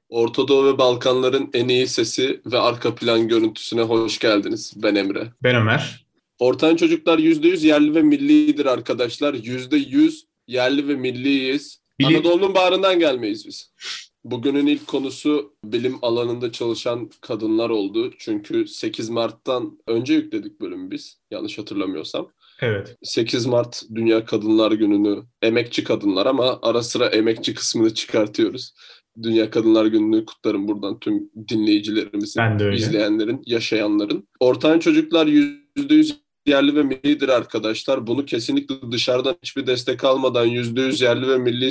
Orta Doğu ve Balkanların en iyi sesi ve arka plan görüntüsüne hoş geldiniz. Ben Emre. Ben Ömer. Ortan Çocuklar %100 yerli ve millidir arkadaşlar. %100 yerli ve milliyiz. Bili Anadolu'nun bağrından gelmeyiz biz. Bugünün ilk konusu bilim alanında çalışan kadınlar oldu. Çünkü 8 Mart'tan önce yükledik bölümü biz. Yanlış hatırlamıyorsam. evet. 8 Mart Dünya Kadınlar Günü'nü emekçi kadınlar ama ara sıra emekçi kısmını çıkartıyoruz. Dünya Kadınlar Günü'nü kutlarım buradan tüm dinleyicilerimizin, Ben de öyle. izleyenlerin, yaşayanların. Ortan Çocuklar %100 yerli ve millidir arkadaşlar. Bunu kesinlikle dışarıdan hiçbir destek almadan %100 yerli ve milli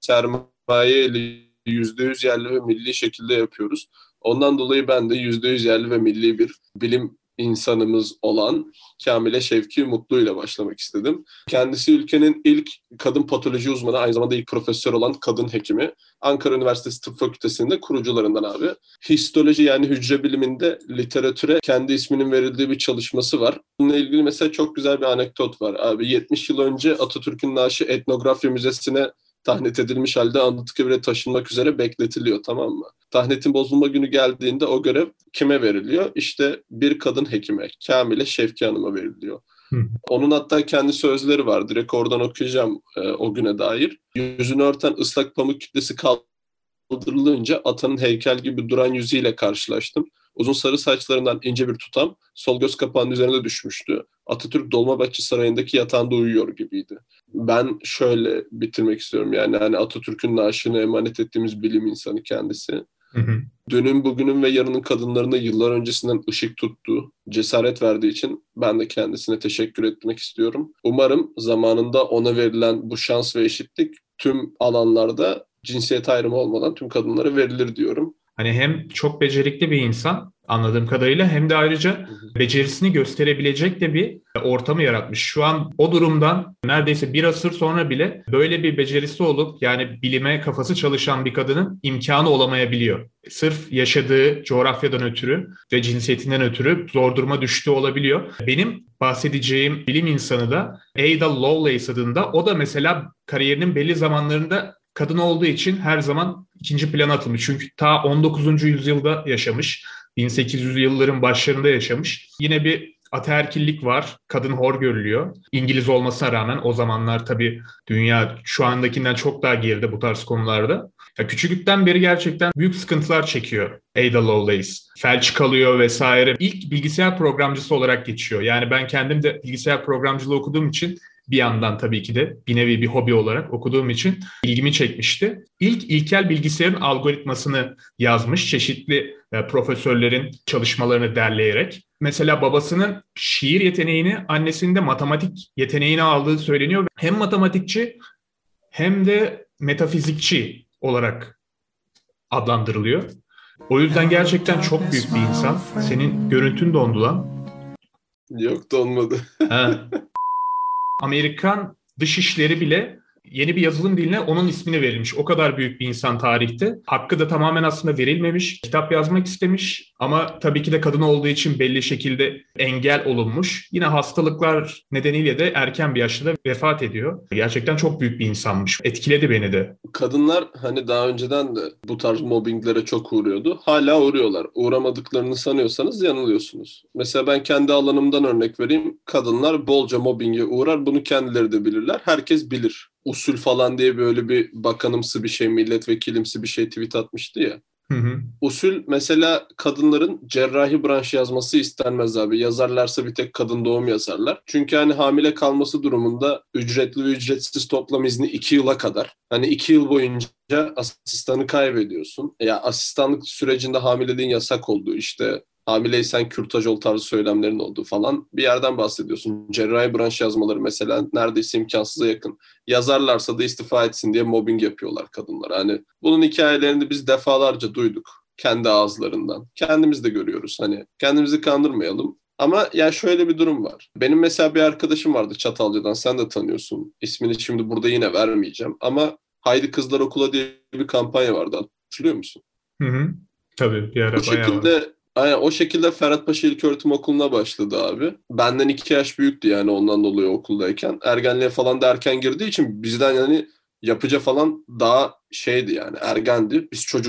sermaye ile %100 yerli ve milli şekilde yapıyoruz. Ondan dolayı ben de %100 yerli ve milli bir bilim insanımız olan Kamile Şevki Mutlu ile başlamak istedim. Kendisi ülkenin ilk kadın patoloji uzmanı, aynı zamanda ilk profesör olan kadın hekimi. Ankara Üniversitesi Tıp Fakültesi'nin de kurucularından abi. Histoloji yani hücre biliminde literatüre kendi isminin verildiği bir çalışması var. Bununla ilgili mesela çok güzel bir anekdot var abi. 70 yıl önce Atatürk'ün naaşı Etnografya Müzesi'ne tahnit edilmiş halde Anıtkabir'e taşınmak üzere bekletiliyor, tamam mı? Tahnitin bozulma günü geldiğinde o görev kime veriliyor? İşte bir kadın hekime, Kamile Şevki Hanım'a veriliyor. Hı. Onun hatta kendi sözleri var. Direkt oradan okuyacağım o güne dair. Yüzünü örten ıslak pamuk kütlesi kaldırılınca atanın heykel gibi duran yüzüyle karşılaştım. Uzun sarı saçlarından ince bir tutam sol göz kapağının üzerine düşmüştü. Atatürk Dolmabahçe Sarayı'ndaki yatağında uyuyor gibiydi. Ben şöyle bitirmek istiyorum. Yani hani Atatürk'ün naaşını emanet ettiğimiz bilim insanı kendisi. Hı hı. Dünün, bugünün ve yarının kadınlarına yıllar öncesinden ışık tuttuğu, cesaret verdiği için ben de kendisine teşekkür etmek istiyorum. Umarım zamanında ona verilen bu şans ve eşitlik tüm alanlarda cinsiyet ayrımı olmadan tüm kadınlara verilir diyorum. Hani hem çok becerikli bir insan anladığım kadarıyla hem de ayrıca Hı hı. becerisini gösterebilecek de bir ortamı yaratmış. Şu an o durumdan neredeyse bir asır sonra bile böyle bir becerisi olup yani bilime kafası çalışan bir kadının imkanı olamayabiliyor. Sırf yaşadığı coğrafyadan ötürü ve cinsiyetinden ötürü zor duruma düştüğü olabiliyor. Benim bahsedeceğim bilim insanı da Ada Lovelace adında. O da mesela kariyerinin belli zamanlarında kadın olduğu için her zaman ikinci plana atılmış. Çünkü ta 19. yüzyılda yaşamış. 1800'lü yılların başlarında yaşamış. Yine bir ataerkillik var. Kadın hor görülüyor. İngiliz olmasına rağmen o zamanlar tabii dünya şu andakinden çok daha geride bu tarz konularda. Ya küçüklükten beri gerçekten büyük sıkıntılar çekiyor Ada Lovelace. Felç kalıyor vesaire. İlk bilgisayar programcısı olarak geçiyor. Yani ben kendim de bilgisayar programcılığı okuduğum için bir yandan tabii ki de bir nevi bir hobi olarak okuduğum için ilgimi çekmişti. İlk ilkel bilgisayarın algoritmasını yazmış çeşitli profesörlerin çalışmalarını derleyerek. Mesela babasının şiir yeteneğini, annesinin de matematik yeteneğini aldığı söyleniyor. Hem matematikçi hem de metafizikçi olarak adlandırılıyor. O yüzden gerçekten çok büyük bir insan. Senin görüntün dondu lan. Yok da olmadı. Ha. Amerikan dışişleri bile yeni bir yazılım diline onun ismini verilmiş. O kadar büyük bir insan tarihte. Hakkı da tamamen aslında verilmemiş. Kitap yazmak istemiş ama tabii ki de kadın olduğu için belli şekilde engel olunmuş. Yine hastalıklar nedeniyle de erken bir yaşta da vefat ediyor. Gerçekten çok büyük bir insanmış. Etkiledi beni de. Kadınlar hani daha önceden de bu tarz mobbinglere çok uğruyordu. Hala uğruyorlar. Uğramadıklarını sanıyorsanız yanılıyorsunuz. Mesela ben kendi alanımdan örnek vereyim. Kadınlar bolca mobbinge uğrar. Bunu kendileri de bilirler. Herkes bilir. Usul falan diye böyle bir bakanımsı bir şey, milletvekilimsi bir şey tweet atmıştı ya. Hı hı. Usul mesela kadınların cerrahi branş yazması istenmez abi. Yazarlarsa bir tek kadın doğum yazarlar. Çünkü hani hamile kalması durumunda ücretli ve ücretsiz toplam izni 2 yıla kadar. Hani 2 yıl boyunca asistanı kaybediyorsun. Ya asistanlık sürecinde hamileliğin yasak olduğu, işte hamileysen kürtaj ol tarzı söylemlerin olduğu falan bir yerden bahsediyorsun. Cerrahi branş yazmaları mesela neredeyse imkansıza yakın. Yazarlarsa da istifa etsin diye mobbing yapıyorlar kadınlara. Hani bunun hikayelerini biz defalarca duyduk kendi ağızlarından. Kendimiz de görüyoruz. Hani kendimizi kandırmayalım. Ama ya şöyle bir durum var. Benim mesela bir arkadaşım vardı Çatalca'dan. Sen de tanıyorsun. İsmini şimdi burada yine vermeyeceğim. Ama Haydi Kızlar Okula diye bir kampanya vardı. Hatırlıyor musun? Hı hı. Tabii bir O ara bayağı var. şekilde aynen o şekilde Ferhat Paşa İlköğretim Okulu'na başladı abi. Benden 2 yaş büyüktü yani ondan dolayı okuldayken. Ergenliğe falan da erken girdiği için bizden yani yapıca falan daha şeydi yani ergendi. Biz çocuktuk.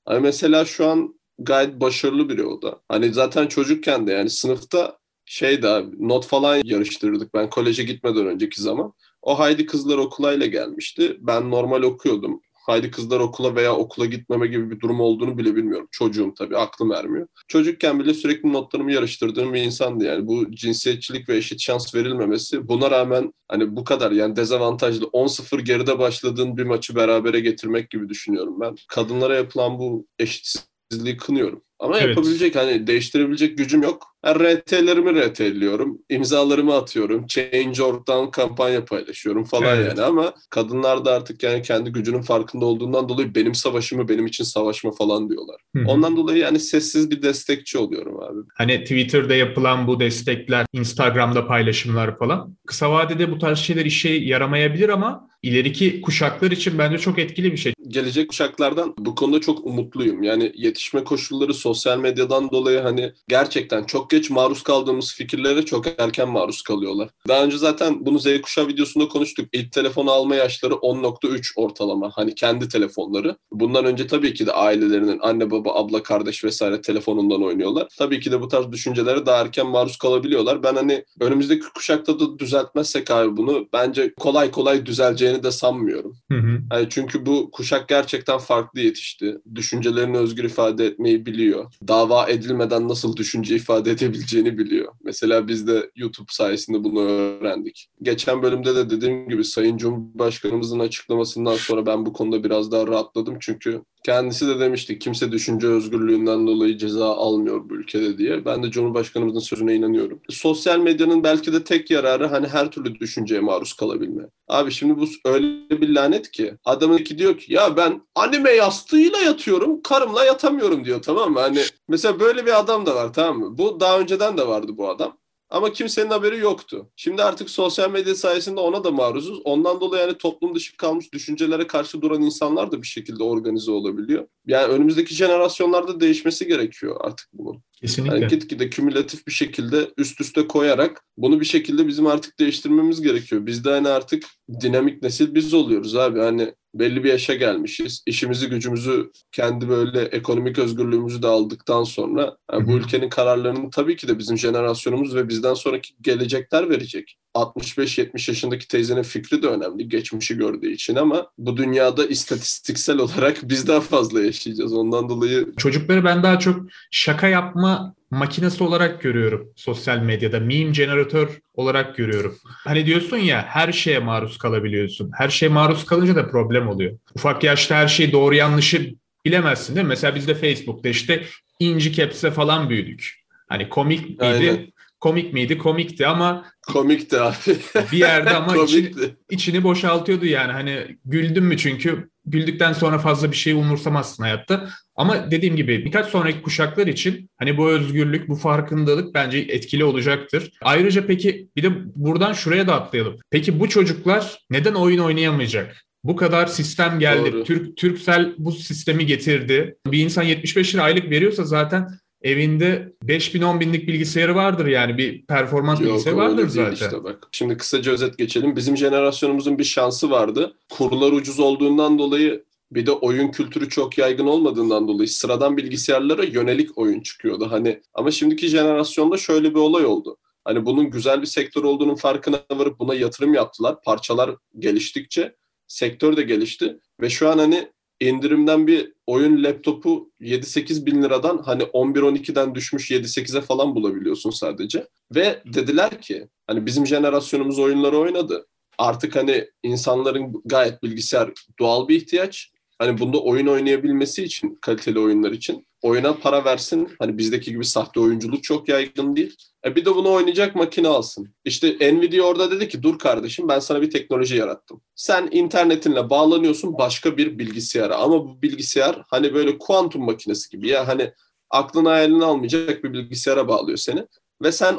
Hani mesela şu an gayet başarılı biri o da. Hani zaten çocukken de yani sınıfta şeydi abi, not falan yarıştırdık ben koleje gitmeden önceki zaman. O Haydi Kızlar Okulay'la gelmişti. Ben normal okuyordum. Haydi Kızlar Okula veya okula gitmeme gibi bir durum olduğunu bile bilmiyorum. Çocuğum tabii, aklım ermiyor. Çocukken bile sürekli notlarımı yarıştırdığım bir insandı yani. Bu cinsiyetçilik ve eşit şans verilmemesi, buna rağmen hani bu kadar yani dezavantajlı 10-0 geride başladığın bir maçı berabere getirmek gibi düşünüyorum ben. Kadınlara yapılan bu eşitsizliği kınıyorum. Ama Evet. yapabilecek, hani değiştirebilecek gücüm yok. Ben RT'lerimi RT'liyorum, imzalarımı atıyorum, Change.org'dan kampanya paylaşıyorum falan yani. Evet. Ama kadınlar da artık yani kendi gücünün farkında olduğundan dolayı benim savaşımı benim için savaşma falan diyorlar. Hı hı. Ondan dolayı yani sessiz bir destekçi oluyorum abi. Hani Twitter'da yapılan bu destekler, Instagram'da paylaşımlar falan kısa vadede bu tarz şeyler işe yaramayabilir ama ileriki kuşaklar için bence çok etkili bir şey. Gelecek kuşaklardan bu konuda çok umutluyum. Yani yetişme koşulları sosyal medyadan dolayı hani gerçekten çok geç maruz kaldığımız fikirlere çok erken maruz kalıyorlar. Daha önce zaten bunu Z kuşağı videosunda konuştuk. İlk telefonu alma yaşları 10.3 ortalama. Hani kendi telefonları. Bundan önce tabii ki de ailelerinin anne baba abla kardeş vesaire telefonundan oynuyorlar. Tabii ki de bu tarz düşüncelere daha erken maruz kalabiliyorlar. Ben hani önümüzdeki kuşakta da düzeltmezsek abi bunu, bence kolay kolay düzeleceğini de sanmıyorum. Hı hı. Yani çünkü bu kuşak gerçekten farklı yetişti. Düşüncelerini özgür ifade etmeyi biliyor. Dava edilmeden nasıl düşünce ifade edebileceğini biliyor. Mesela biz de YouTube sayesinde bunu öğrendik. Geçen bölümde de dediğim gibi Sayın Cumhurbaşkanımızın açıklamasından sonra ben bu konuda biraz daha rahatladım. Çünkü kendisi de demişti kimse düşünce özgürlüğünden dolayı ceza almıyor bu ülkede diye. Ben de Cumhurbaşkanımızın sözüne inanıyorum. Sosyal medyanın belki de tek yararı hani her türlü düşünceye maruz kalabilme. Abi şimdi bu öyle bir lanet ki adamın ki diyor ki ya ben anime yastığıyla yatıyorum, karımla yatamıyorum diyor, tamam mı? Hani mesela böyle bir adam da var, tamam mı? Bu daha önceden de vardı bu adam. Ama kimsenin haberi yoktu. Şimdi artık sosyal medya sayesinde ona da maruzuz. Ondan dolayı yani toplum dışı kalmış düşüncelere karşı duran insanlar da bir şekilde organize olabiliyor. Yani önümüzdeki jenerasyonlarda değişmesi gerekiyor artık bunun. Hani Kesinlikle. gitgide kümülatif bir şekilde üst üste koyarak bunu bir şekilde bizim artık değiştirmemiz gerekiyor. Biz de hani artık dinamik nesil biz oluyoruz abi. Hani belli bir yaşa gelmişiz. İşimizi gücümüzü kendi böyle ekonomik özgürlüğümüzü de aldıktan sonra Hı yani bu hı. ülkenin kararlarını tabii ki de bizim jenerasyonumuz ve bizden sonraki gelecekler verecek. 65-70 yaşındaki teyzenin fikri de önemli geçmişi gördüğü için ama bu dünyada istatistiksel olarak biz daha fazla yaşayacağız. Ondan dolayı Çocukları ben daha çok şaka yapma makinesi olarak görüyorum sosyal medyada. Meme jeneratör olarak görüyorum. Hani diyorsun ya her şeye maruz kalabiliyorsun. Her şeye maruz kalınca da problem oluyor. Ufak yaşta her şeyi doğru yanlışı bilemezsin değil mi? Mesela biz de Facebook'ta işte inci kepse falan büyüdük. Hani komik aynen miydi? Komik miydi? Komikti ama komikti abi. bir yerde ama Komikti. içini boşaltıyordu yani. Hani güldün mü çünkü güldükten sonra fazla bir şey umursamazsın hayatta. Ama dediğim gibi birkaç sonraki kuşaklar için hani bu özgürlük, bu farkındalık bence etkili olacaktır. Ayrıca peki bir de buradan şuraya da atlayalım. Peki bu çocuklar neden oyun oynayamayacak? Bu kadar sistem geldi. Doğru. Turkcell bu sistemi getirdi. Bir insan 75 lira aylık veriyorsa zaten evinde 5 bin 10 binlik bilgisayarı vardır yani bir performans Yok bilgisayarı vardır öyle değil zaten. işte bak. Şimdi kısaca özet geçelim. Bizim jenerasyonumuzun bir şansı vardı. Kurlar ucuz olduğundan dolayı bir de oyun kültürü çok yaygın olmadığından dolayı sıradan bilgisayarlara yönelik oyun çıkıyordu. Hani ama şimdiki jenerasyonda şöyle bir olay oldu. Hani bunun güzel bir sektör olduğunun farkına varıp buna yatırım yaptılar. Parçalar geliştikçe sektör de gelişti ve şu an hani indirimden bir oyun laptopu 7-8 bin liradan hani 11-12'den düşmüş 7-8'e falan bulabiliyorsun sadece. Ve dediler ki hani bizim jenerasyonumuz oyunları oynadı. Artık hani insanların gayet bilgisayar doğal bir ihtiyaç. Hani bunda oyun oynayabilmesi için, kaliteli oyunlar için oyuna para versin. Hani bizdeki gibi sahte oyunculuk çok yaygın değil. Bir de bunu oynayacak makine alsın. İşte Nvidia orada dedi ki dur kardeşim ben sana bir teknoloji yarattım. Sen internetinle bağlanıyorsun başka bir bilgisayara. Ama bu bilgisayar hani böyle kuantum makinesi gibi ya hani aklın hayalini almayacak bir bilgisayara bağlıyor seni. Ve sen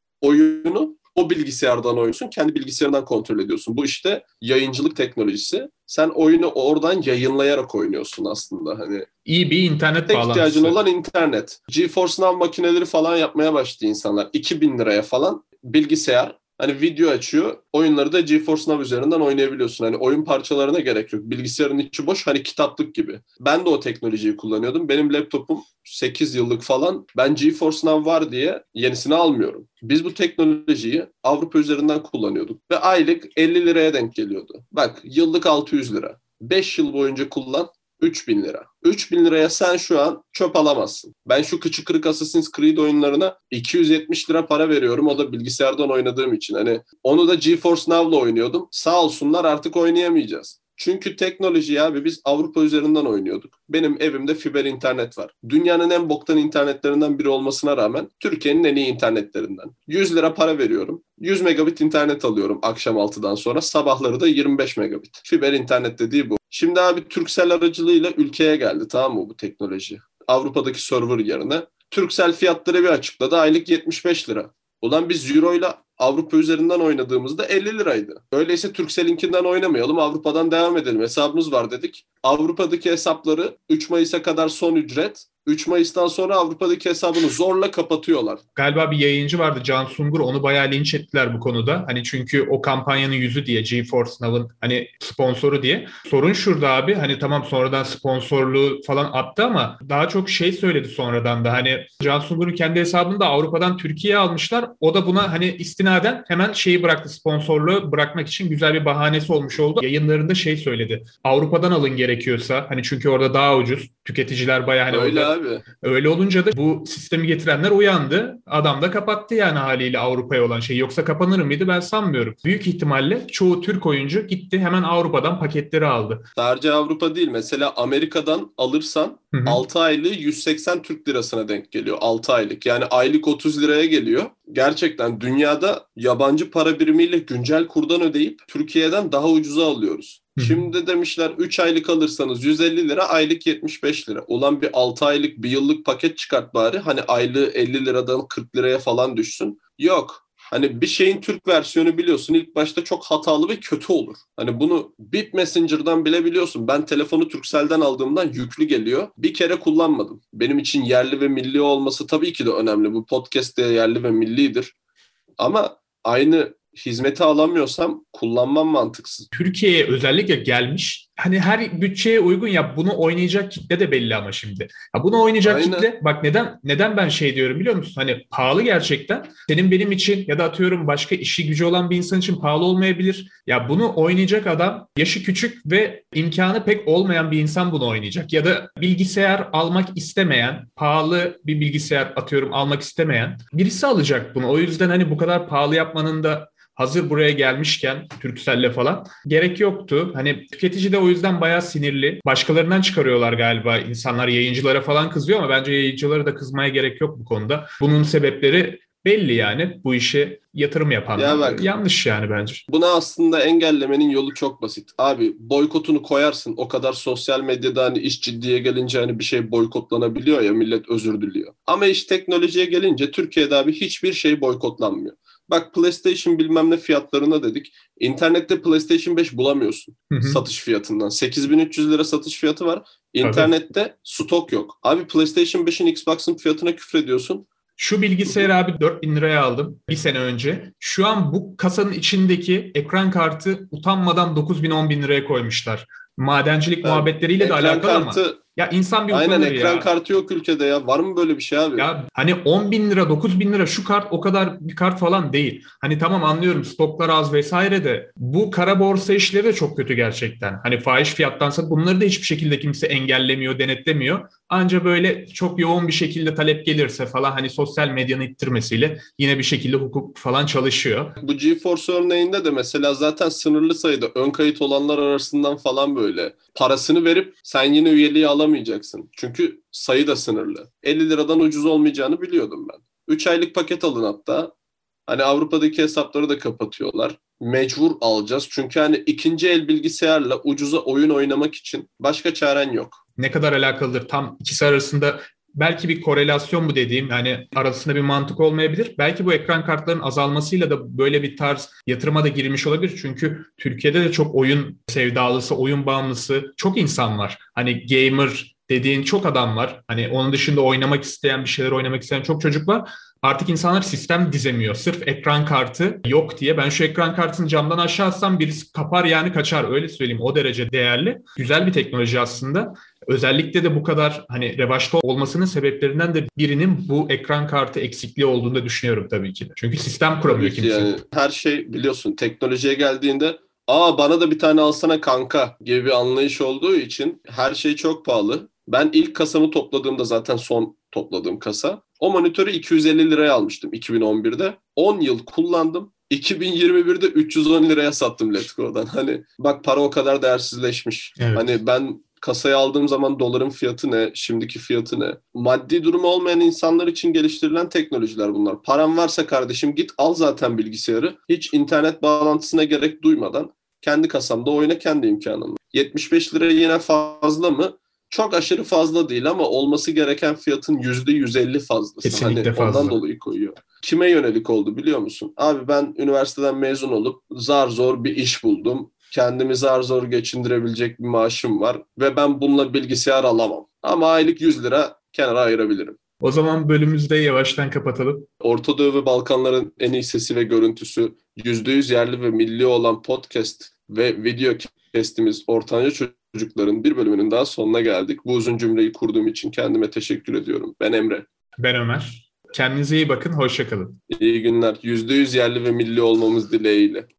oyunu o bilgisayardan oynuyorsun. Kendi bilgisayarından kontrol ediyorsun. Bu işte yayıncılık teknolojisi. Sen oyunu oradan yayınlayarak oynuyorsun aslında. Hani İyi bir internet tek ihtiyacın bağlantısı. olan internet. GeForce Now makineleri falan yapmaya başladı insanlar. 2.000 liraya falan bilgisayar. Hani video açıyor. Oyunları da GeForce Now üzerinden oynayabiliyorsun. Hani oyun parçalarına gerek yok. Bilgisayarın içi boş, hani kitaplık gibi. Ben de o teknolojiyi kullanıyordum. Benim laptopum 8 yıllık falan. Ben GeForce Now var diye yenisini almıyorum. Biz bu teknolojiyi Avrupa üzerinden kullanıyorduk. Ve aylık 50 liraya denk geliyordu. Bak, yıllık 600 lira. 5 yıl boyunca kullan. 3.000 lira. 3.000 liraya sen şu an çöp alamazsın. Ben şu kıçı kırık Assassin's Creed oyunlarına 270 lira para veriyorum. O da bilgisayardan oynadığım için. Hani onu da GeForce Now'la oynuyordum. Sağ olsunlar, artık oynayamayacağız. Çünkü teknoloji abi, biz Avrupa üzerinden oynuyorduk. Benim evimde fiber internet var. Dünyanın en boktan internetlerinden biri olmasına rağmen Türkiye'nin en iyi internetlerinden. 100 lira para veriyorum. 100 megabit internet alıyorum akşam 6'dan sonra. Sabahları da 25 megabit. Fiber internet dediği bu. Şimdi abi Turkcell aracılığıyla ülkeye geldi, tamam mı, bu teknoloji? Avrupa'daki server yerine. Turkcell fiyatları bir açıkladı. Aylık 75 lira. Ulan biz Euro ile Avrupa üzerinden oynadığımızda 50 liraydı. Öyleyse Turkcell'inkinden oynamayalım, Avrupa'dan devam edelim. Hesabımız var dedik. Avrupa'daki hesapları 3 Mayıs'a kadar son ücret. 3 Mayıs'tan sonra Avrupa'daki hesabını zorla kapatıyorlar. Galiba bir yayıncı vardı, Can Sungur, onu bayağı linç ettiler bu konuda. Hani çünkü o kampanyanın yüzü diye, GeForce Now'ın hani sponsoru diye. Sorun şurada abi, hani tamam sonradan sponsorluğu falan attı ama daha çok şey söyledi sonradan da. Hani Can Sungur'un kendi hesabını da Avrupa'dan Türkiye'ye almışlar. O da buna hani istinaden hemen şeyi bıraktı, sponsorluğu bırakmak için güzel bir bahanesi olmuş oldu. Yayınlarında şey söyledi. Avrupa'dan alın gerekiyorsa, hani çünkü orada daha ucuz. Tüketiciler bayağı hani Öyle orada. abi. Öyle olunca da bu sistemi getirenler uyandı. Adam da kapattı yani haliyle Avrupa'ya olan şey. Yoksa kapanır mıydı ben sanmıyorum. Büyük ihtimalle çoğu Türk oyuncu gitti hemen Avrupa'dan paketleri aldı. Sadece Avrupa değil. Mesela Amerika'dan alırsan Hı hı. 6 aylığı 180 Türk lirasına denk geliyor. 6 aylık. Yani aylık 30 liraya geliyor. Gerçekten dünyada yabancı para birimiyle güncel kurdan ödeyip Türkiye'den daha ucuza alıyoruz. Hı hı. Şimdi demişler 3 aylık alırsanız 150 lira, aylık 75 lira. Ulan bir 6 aylık, bir yıllık paket çıkart bari. Hani aylığı 50 liradan 40 liraya falan düşsün. Yok. Hani bir şeyin Türk versiyonu biliyorsun ilk başta çok hatalı ve kötü olur. Hani bunu Bit Messenger'dan bile biliyorsun. Ben telefonu Turkcell'den aldığımdan yüklü geliyor. Bir kere kullanmadım. Benim için yerli ve milli olması tabii ki de önemli. Bu podcast de yerli ve millidir. Ama aynı hizmeti alamıyorsam kullanmam mantıksız. Türkiye'ye özellikle gelmiş. Hani her bütçeye uygun, ya bunu oynayacak kitle de belli ama şimdi. Ya bunu oynayacak Aynen. kitle, bak neden ben şey diyorum biliyor musun? Hani pahalı gerçekten. Senin benim için ya da atıyorum başka işi gücü olan bir insan için pahalı olmayabilir. Ya bunu oynayacak adam yaşı küçük ve imkanı pek olmayan bir insan bunu oynayacak. Ya da bilgisayar almak istemeyen, pahalı bir bilgisayar atıyorum almak istemeyen birisi alacak bunu. O yüzden hani bu kadar pahalı yapmanın da hazır buraya gelmişken Turkcell'le falan gerek yoktu. Hani tüketici de o yüzden bayağı sinirli. Başkalarından çıkarıyorlar galiba. İnsanlar yayıncılara falan kızıyor ama bence yayıncılara da kızmaya gerek yok bu konuda. Bunun sebepleri belli yani. Bu işe yatırım Ya yapanlar. bak, Yanlış yani bence. buna aslında engellemenin yolu çok basit. Abi boykotunu koyarsın. O kadar sosyal medyada hani iş ciddiye gelince hani bir şey boykotlanabiliyor ya, millet özür diliyor. Ama iş teknolojiye gelince Türkiye'de abi hiçbir şey boykotlanmıyor. Bak, PlayStation bilmem ne fiyatlarına dedik. İnternette PlayStation 5 bulamıyorsun Hı hı. satış fiyatından. 8.300 lira satış fiyatı var. Tabii. İnternette stok yok. Abi PlayStation 5'in, Xbox'ın fiyatına küfrediyorsun. Şu bilgisayarı abi 4.000 liraya aldım bir sene önce. Şu an bu kasanın içindeki ekran kartı utanmadan 9.000 10.000 liraya koymuşlar. Madencilik Ha, muhabbetleriyle de ekran alakalı ama kartı, ya insan bir aynen, utanır ekran ya. kartı yok ülkede ya. Var mı böyle bir şey abi? Ya hani 10.000 lira 9.000 lira şu kart o kadar bir kart falan değil. Hani tamam anlıyorum stoklar az vesaire de bu kara borsa işleri de çok kötü gerçekten. Hani fahiş fiyattansa bunları da hiçbir şekilde kimse engellemiyor, denetlemiyor. Anca böyle çok yoğun bir şekilde talep gelirse falan hani sosyal medyanın ittirmesiyle yine bir şekilde hukuk falan çalışıyor. Bu GeForce örneğinde de mesela zaten sınırlı sayıda ön kayıt olanlar arasından falan böyle parasını verip sen yine üyeliği alamayacaksın. Çünkü sayı da sınırlı. 50 liradan ucuz olmayacağını biliyordum ben. 3 aylık paket alın hatta. Hani Avrupa'daki hesapları da kapatıyorlar. Mecbur alacağız. Çünkü hani ikinci el bilgisayarla ucuza oyun oynamak için başka çaren yok. Ne kadar alakalıdır? Tam ikisi arasında belki bir korelasyon bu dediğim, yani arasında bir mantık olmayabilir. Belki bu ekran kartlarının azalmasıyla da böyle bir tarz yatırıma da girmiş olabilir. Çünkü Türkiye'de de çok oyun sevdalısı, oyun bağımlısı çok insan var. Hani gamer dediğin çok adam var. Hani onun dışında oynamak isteyen, bir şeyler oynamak isteyen çok çocuk var. Artık insanlar sistem dizemiyor. Sırf ekran kartı yok diye. Ben şu ekran kartını camdan aşağı atsam birisi kapar yani kaçar. Öyle söyleyeyim. O derece değerli. Güzel bir teknoloji aslında. Özellikle de bu kadar hani revaçta olmasının sebeplerinden de birinin bu ekran kartı eksikliği olduğunu da düşünüyorum tabii ki. Çünkü sistem kuramıyor Tabii ki kimse. yani her şey biliyorsun teknolojiye geldiğinde bana da bir tane alsana kanka gibi bir anlayış olduğu için her şey çok pahalı. Ben ilk kasamı topladığımda zaten son topladığım kasa. O monitörü 250 liraya almıştım 2011'de. 10 yıl kullandım. 2021'de 310 liraya sattım Letgo'dan. Hani bak para o kadar değersizleşmiş. Evet. Hani ben kasayı aldığım zaman doların fiyatı ne, şimdiki fiyatı ne? Maddi durumu olmayan insanlar için geliştirilen teknolojiler bunlar. Paran varsa kardeşim git al zaten bilgisayarı. Hiç internet bağlantısına gerek duymadan kendi kasamda oyna kendi imkanınla. 75 lira yine fazla mı? Çok aşırı fazla değil ama olması gereken fiyatın %150 fazlası. Hani Kesinlikle ondan fazla. dolayı koyuyor. Kime yönelik oldu biliyor musun? Abi ben üniversiteden mezun olup zar zor bir iş buldum. Kendimi zar zor geçindirebilecek bir maaşım var ve ben bununla bilgisayar alamam. Ama aylık 100 lira kenara ayırabilirim. O zaman bölümümüzü de yavaştan kapatalım. Orta Doğu ve Balkanların en iyi sesi ve görüntüsü, %100 yerli ve milli olan podcast ve video kestimiz Ortanca Çocukların bir bölümünün daha sonuna geldik. Bu uzun cümleyi kurduğum için kendime teşekkür ediyorum. Ben Emre. Ben Ömer. Kendinize iyi bakın. Hoşça kalın. İyi günler. %100 yerli ve milli olmamız dileğiyle.